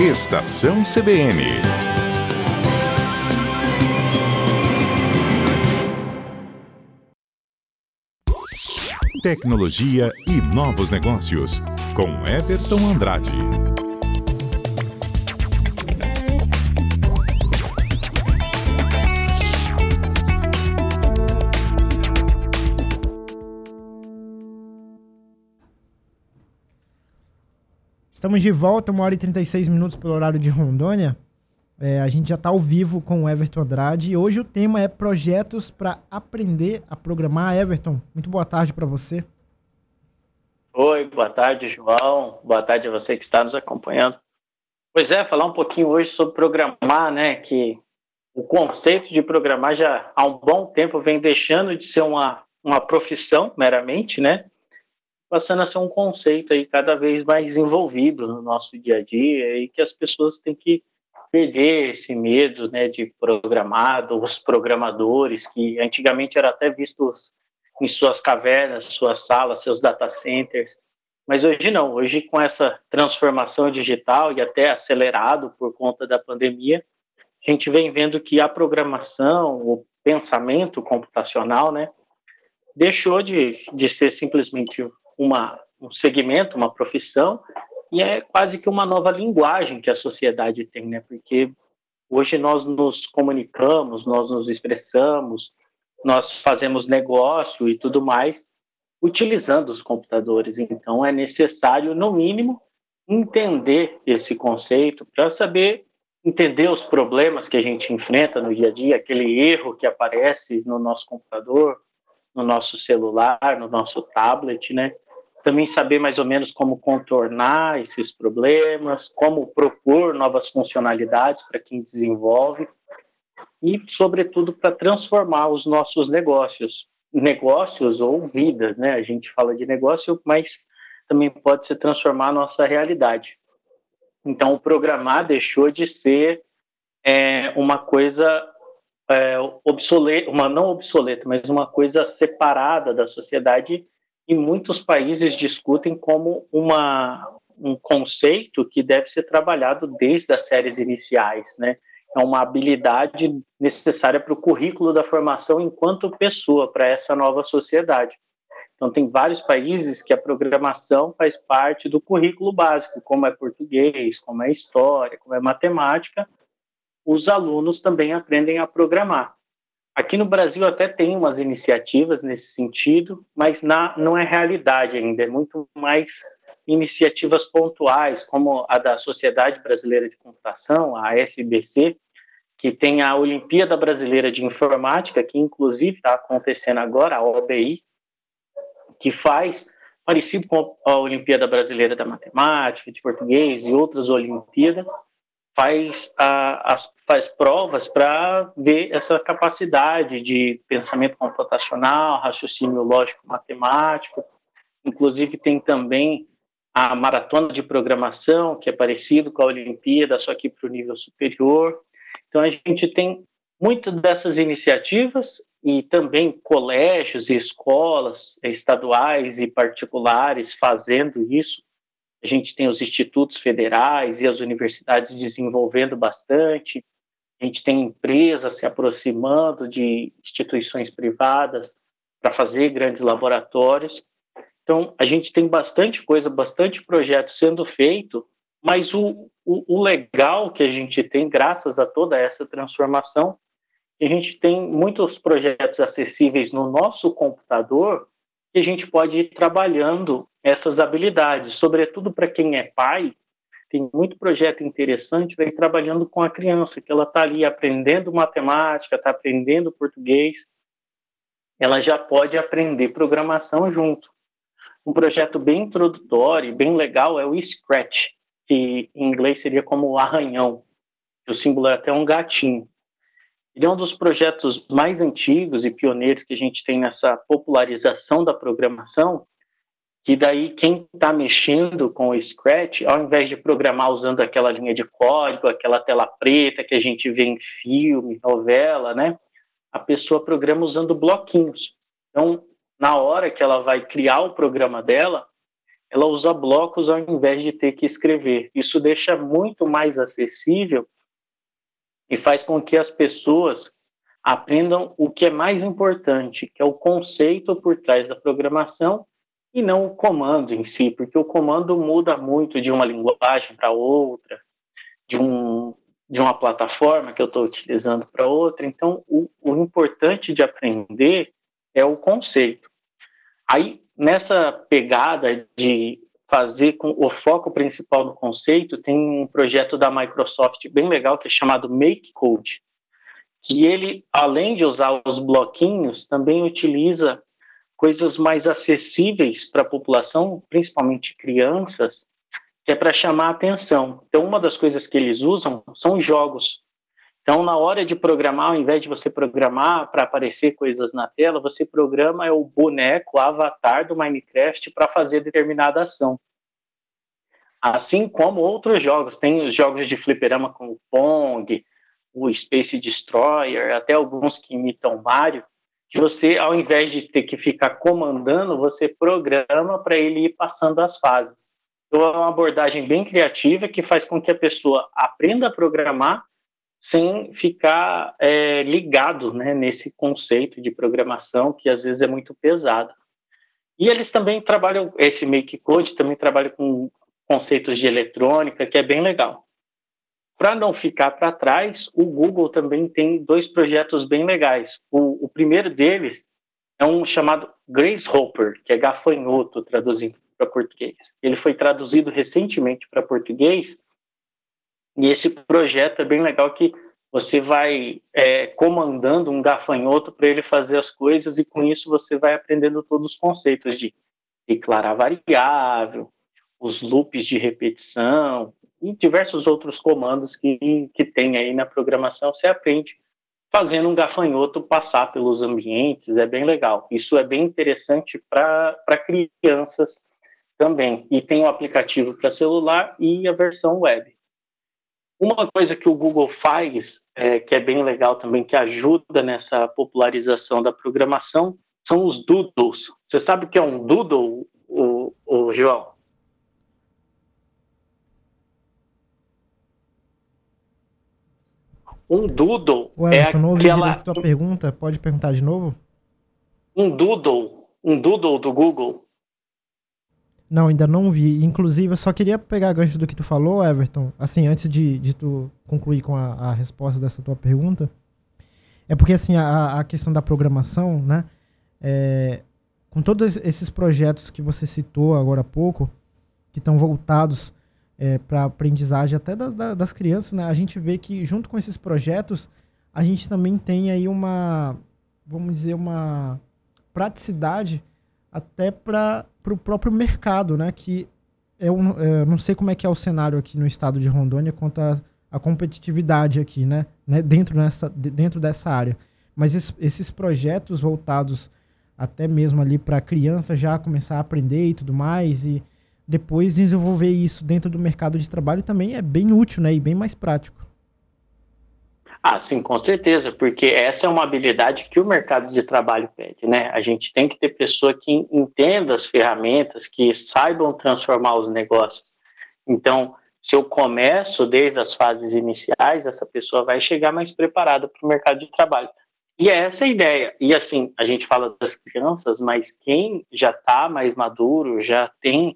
Estação CBN. Tecnologia e novos negócios, com Everton Andrade. Estamos de volta, 1h36 pelo horário de Rondônia. A gente já está ao vivo com o Everton Andrade e hoje o tema é projetos para aprender a programar. Everton, muito boa tarde para você. Oi, boa tarde, João. Boa tarde a você que está nos acompanhando. Pois é, falar um pouquinho hoje sobre programar, né? Que o conceito de programar já há um bom tempo vem deixando de ser uma profissão meramente, né? Passando a ser um conceito aí cada vez mais envolvido no nosso dia a dia e que as pessoas têm que perder esse medo, né, de programar, os programadores que antigamente eram até vistos em suas cavernas, suas salas, seus data centers, mas hoje não, hoje com essa transformação digital e até acelerado por conta da pandemia, a gente vem vendo que a programação, o pensamento computacional, né, deixou de ser simplesmente um segmento, uma profissão, e é quase que uma nova linguagem que a sociedade tem, né? Porque hoje nós nos comunicamos, nós nos expressamos, nós fazemos negócio e tudo mais utilizando os computadores. Então é necessário, no mínimo, entender esse conceito para saber entender os problemas que a gente enfrenta no dia a dia, aquele erro que aparece no nosso computador, no nosso celular, no nosso tablet, né? Também saber mais ou menos como contornar esses problemas, como propor novas funcionalidades para quem desenvolve e, sobretudo, para transformar os nossos negócios ou vidas, né? A gente fala de negócio, mas também pode se transformar a nossa realidade. Então, o programar deixou de ser uma coisa obsoleta, não obsoleta, mas uma coisa separada da sociedade, e muitos países discutem como um conceito que deve ser trabalhado desde as séries iniciais, né? É uma habilidade necessária para o currículo da formação enquanto pessoa para essa nova sociedade. Então, tem vários países que a programação faz parte do currículo básico, como é português, como é história, como é matemática. Os alunos também aprendem a programar. Aqui no Brasil até tem umas iniciativas nesse sentido, mas não é realidade ainda, é muito mais iniciativas pontuais, como a da Sociedade Brasileira de Computação, a SBC, que tem a Olimpíada Brasileira de Informática, que inclusive está acontecendo agora, a OBI, que faz parecido com a Olimpíada Brasileira da Matemática, de Português e outras Olimpíadas, faz provas para ver essa capacidade de pensamento computacional, raciocínio lógico matemático. Inclusive tem também a maratona de programação, que é parecido com a Olimpíada, só que para o nível superior. Então a gente tem muitas dessas iniciativas e também colégios e escolas estaduais e particulares fazendo isso. A gente tem os institutos federais e as universidades desenvolvendo bastante. A gente tem empresas se aproximando de instituições privadas para fazer grandes laboratórios. Então, a gente tem bastante coisa, bastante projeto sendo feito, mas o legal que a gente tem, graças a toda essa transformação, a gente tem muitos projetos acessíveis no nosso computador que a gente pode ir trabalhando essas habilidades, sobretudo para quem é pai. Tem muito projeto interessante, vem trabalhando com a criança, que ela está ali aprendendo matemática, está aprendendo português, ela já pode aprender programação junto. Um projeto bem introdutório, bem legal, é o Scratch, que em inglês seria como o arranhão, que o símbolo é até um gatinho. Ele é um dos projetos mais antigos e pioneiros que a gente tem nessa popularização da programação, que daí quem está mexendo com o Scratch, ao invés de programar usando aquela linha de código, aquela tela preta que a gente vê em filme, novela, né? A pessoa programa usando bloquinhos. Então, na hora que ela vai criar o programa dela, ela usa blocos ao invés de ter que escrever. Isso deixa muito mais acessível e faz com que as pessoas aprendam o que é mais importante, que é o conceito por trás da programação e não o comando em si, porque o comando muda muito de uma linguagem para outra, de uma plataforma que eu estou utilizando para outra. Então, o importante de aprender é o conceito. Aí, nessa pegada de fazer com o foco principal no conceito, tem um projeto da Microsoft bem legal que é chamado Make Code, que ele, além de usar os bloquinhos, também utiliza coisas mais acessíveis para a população, principalmente crianças, que é para chamar a atenção. Então, uma das coisas que eles usam são jogos. Então, na hora de programar, ao invés de você programar para aparecer coisas na tela, você programa o boneco, o avatar do Minecraft para fazer determinada ação. Assim como outros jogos. Tem os jogos de fliperama como o Pong, o Space Destroyer, até alguns que imitam Mario, que você, ao invés de ter que ficar comandando, você programa para ele ir passando as fases. Então, é uma abordagem bem criativa que faz com que a pessoa aprenda a programar sem ficar ligado, né, nesse conceito de programação que às vezes é muito pesado. E eles também trabalham, esse Make Code também trabalha com conceitos de eletrônica, que é bem legal. Para não ficar para trás, o Google também tem 2 projetos bem legais. O primeiro deles é um chamado Grasshopper, que é gafanhoto, traduzindo para português. Ele foi traduzido recentemente para português, e esse projeto é bem legal que você vai comandando um gafanhoto para ele fazer as coisas, e com isso você vai aprendendo todos os conceitos de declarar variável, os loops de repetição e diversos outros comandos que tem aí na programação. Você aprende fazendo um gafanhoto passar pelos ambientes, é bem legal. Isso é bem interessante para crianças também. E tem o aplicativo para celular e a versão web. Uma coisa que o Google faz, que é bem legal também, que ajuda nessa popularização da programação, são os doodles. Você sabe o que é um doodle, João? Um doodle Everton, não ouvi direito a tua pergunta, pode perguntar de novo? Um doodle do Google. Não, ainda não vi. Inclusive, eu só queria pegar gancho do que tu falou, Everton, assim, antes de tu concluir com a resposta dessa tua pergunta. É porque, assim, a questão da programação, né, com todos esses projetos que você citou agora há pouco, que estão voltados para aprendizagem até das crianças, né, a gente vê que junto com esses projetos, a gente também tem aí vamos dizer, uma praticidade até para o próprio mercado, né? Que eu não sei como é que é o cenário aqui no estado de Rondônia quanto à competitividade aqui, né? Dentro dessa área. Mas esses projetos voltados até mesmo ali para a criança já começar a aprender e tudo mais, e depois desenvolver isso dentro do mercado de trabalho também é bem útil, né? E bem mais prático. Ah, sim, com certeza, porque essa é uma habilidade que o mercado de trabalho pede, né? A gente tem que ter pessoa que entenda as ferramentas, que saibam transformar os negócios. Então, se eu começo desde as fases iniciais, essa pessoa vai chegar mais preparada para o mercado de trabalho. E é essa a ideia. E assim, a gente fala das crianças, mas quem já está mais maduro, já tem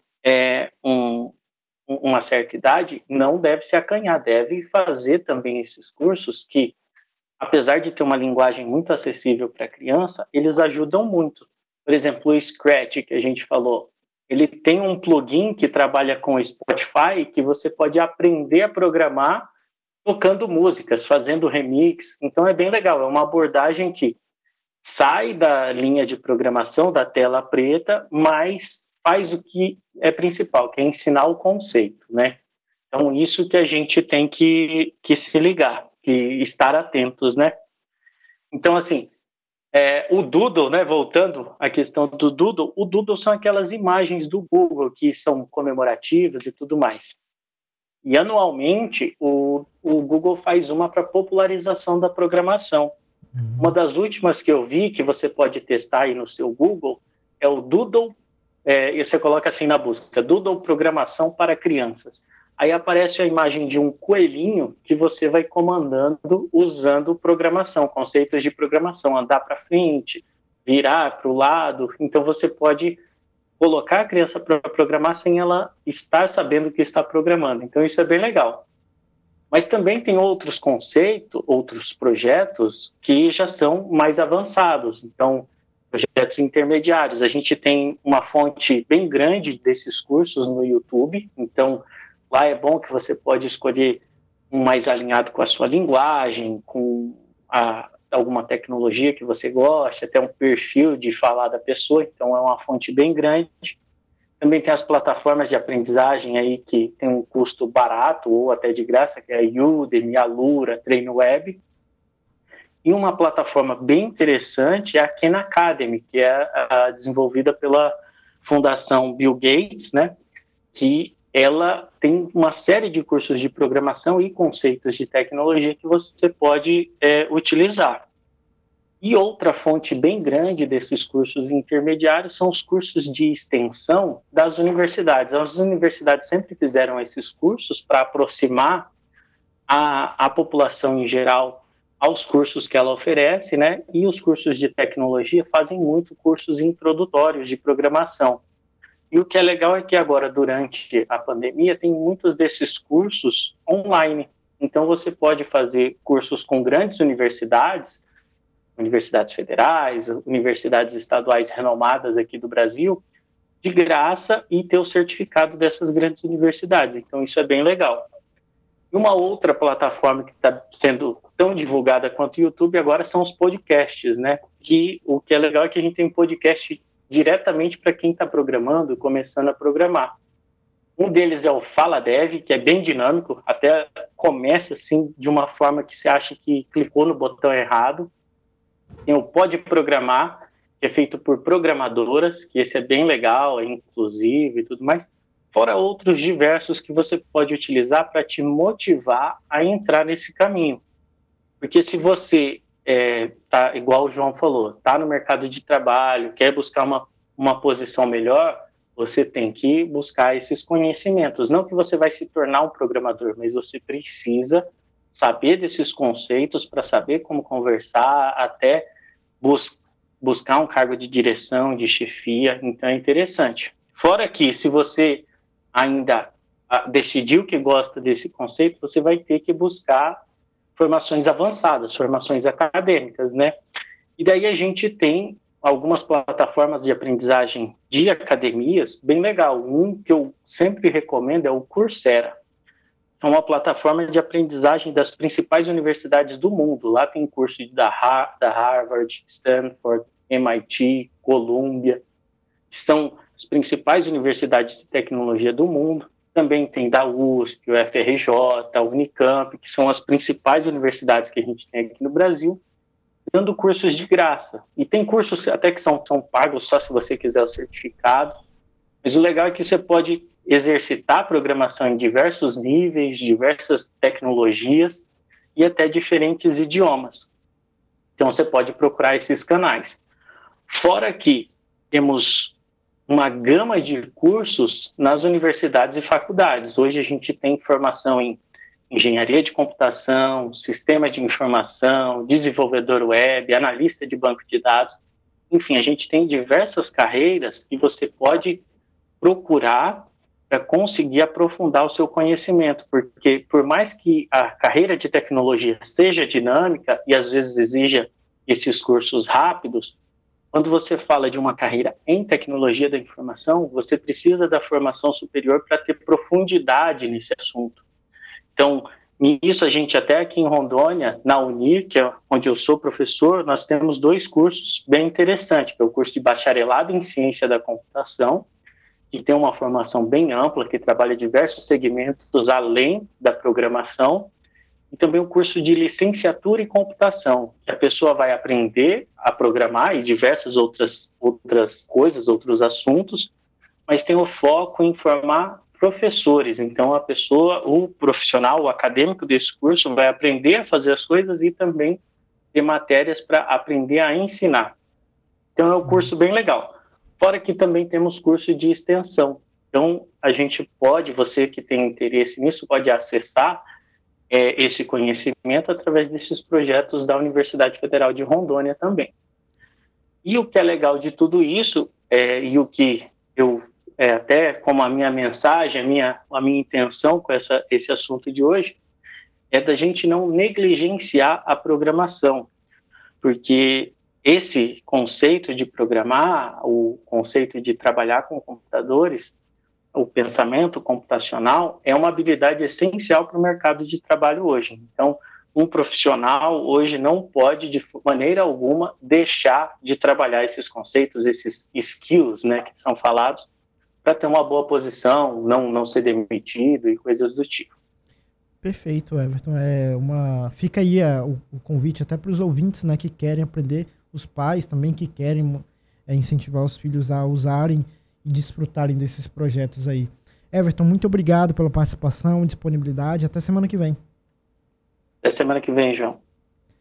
uma certa idade, não deve se acanhar, deve fazer também esses cursos que, apesar de ter uma linguagem muito acessível para a criança, eles ajudam muito. Por exemplo, o Scratch, que a gente falou, ele tem um plugin que trabalha com o Spotify, que você pode aprender a programar tocando músicas, fazendo remix. Então é bem legal, é uma abordagem que sai da linha de programação, da tela preta, mas faz o que é principal, que é ensinar o conceito, né? Então, isso que a gente tem que se ligar, que estar atentos, né? Então, assim, o Doodle, né? Voltando à questão do Doodle, o Doodle são aquelas imagens do Google que são comemorativas e tudo mais. E, anualmente, o Google faz uma para popularização da programação. Uma das últimas que eu vi, que você pode testar aí no seu Google, é o Doodle e você coloca assim na busca, Doodle Programação para Crianças. Aí aparece a imagem de um coelhinho que você vai comandando usando programação, conceitos de programação, andar para frente, virar para o lado. Então você pode colocar a criança para programar sem ela estar sabendo que está programando. Então isso é bem legal. Mas também tem outros conceitos, outros projetos que já são mais avançados. Então, projetos intermediários. A gente tem uma fonte bem grande desses cursos no YouTube. Então, lá é bom que você pode escolher um mais alinhado com a sua linguagem, com alguma tecnologia que você goste, até um perfil de falar da pessoa. Então, é uma fonte bem grande. Também tem as plataformas de aprendizagem aí que tem um custo barato ou até de graça, que é a Udemy, Alura, TrainWeb. E uma plataforma bem interessante é a Khan Academy, que é desenvolvida pela Fundação Bill Gates, né? Que ela tem uma série de cursos de programação e conceitos de tecnologia que você pode utilizar. E outra fonte bem grande desses cursos intermediários são os cursos de extensão das universidades. As universidades sempre fizeram esses cursos para aproximar a população em geral aos cursos que ela oferece, né? E os cursos de tecnologia fazem muito cursos introdutórios de programação. E o que é legal é que agora, durante a pandemia, tem muitos desses cursos online. Então, você pode fazer cursos com grandes universidades federais, universidades estaduais renomadas aqui do Brasil, de graça e ter o certificado dessas grandes universidades. Então, isso é bem legal. E uma outra plataforma que está sendo tão divulgada quanto o YouTube agora são os podcasts, né? Que o que é legal é que a gente tem podcast diretamente para quem está programando, começando a programar. Um deles é o Fala Dev, que é bem dinâmico, até começa assim de uma forma que você acha que clicou no botão errado. Tem o Pode Programar, que é feito por programadoras, que esse é bem legal, é inclusivo e tudo mais, fora outros diversos que você pode utilizar para te motivar a entrar nesse caminho. Porque se você tá, igual o João falou, está no mercado de trabalho, quer buscar uma posição melhor, você tem que buscar esses conhecimentos. Não que você vai se tornar um programador, mas você precisa saber desses conceitos para saber como conversar, até buscar um cargo de direção, de chefia. Então é interessante. Fora que, se você ainda decidiu que gosta desse conceito, você vai ter que buscar formações avançadas, formações acadêmicas, né? E daí a gente tem algumas plataformas de aprendizagem de academias bem legal. Um que eu sempre recomendo é o Coursera. É uma plataforma de aprendizagem das principais universidades do mundo. Lá tem curso da Harvard, Stanford, MIT, Columbia, que são as principais universidades de tecnologia do mundo. Também tem da USP, o FRJ, a Unicamp, que são as principais universidades que a gente tem aqui no Brasil, dando cursos de graça. E tem cursos até que são pagos só se você quiser o certificado. Mas o legal é que você pode exercitar a programação em diversos níveis, diversas tecnologias e até diferentes idiomas. Então, você pode procurar esses canais. Fora que temos uma gama de cursos nas universidades e faculdades. Hoje a gente tem formação em engenharia de computação, sistema de informação, desenvolvedor web, analista de banco de dados. Enfim, a gente tem diversas carreiras que você pode procurar para conseguir aprofundar o seu conhecimento, porque por mais que a carreira de tecnologia seja dinâmica e às vezes exija esses cursos rápidos, quando você fala de uma carreira em tecnologia da informação, você precisa da formação superior para ter profundidade nesse assunto. Então, nisso a gente até aqui em Rondônia, na Unir, que é onde eu sou professor, nós temos 2 cursos bem interessantes, que é o curso de bacharelado em ciência da computação, que tem uma formação bem ampla, que trabalha diversos segmentos além da programação, e também o curso de licenciatura em computação, que a pessoa vai aprender a programar e diversas outras coisas, outros assuntos, mas tem o foco em formar professores. Então, a pessoa, o profissional, o acadêmico desse curso vai aprender a fazer as coisas e também ter matérias para aprender a ensinar. Então, é um curso bem legal. Fora que também temos curso de extensão. Então, a gente pode, você que tem interesse nisso, pode acessar esse conhecimento através desses projetos da Universidade Federal de Rondônia também. E o que é legal de tudo isso, e o que eu, até como a minha mensagem, a minha intenção com esse assunto de hoje, é da gente não negligenciar a programação, porque esse conceito de programar, o conceito de trabalhar com computadores, o pensamento computacional é uma habilidade essencial para o mercado de trabalho hoje. Então, um profissional hoje não pode, de maneira alguma, deixar de trabalhar esses conceitos, esses skills, né, que são falados, para ter uma boa posição, não ser demitido e coisas do tipo. Perfeito, Everton. Fica aí o convite até para os ouvintes, né, que querem aprender, os pais também que querem incentivar os filhos a usarem e desfrutarem desses projetos aí. Everton, muito obrigado pela participação e disponibilidade. Até semana que vem. Até semana que vem, João.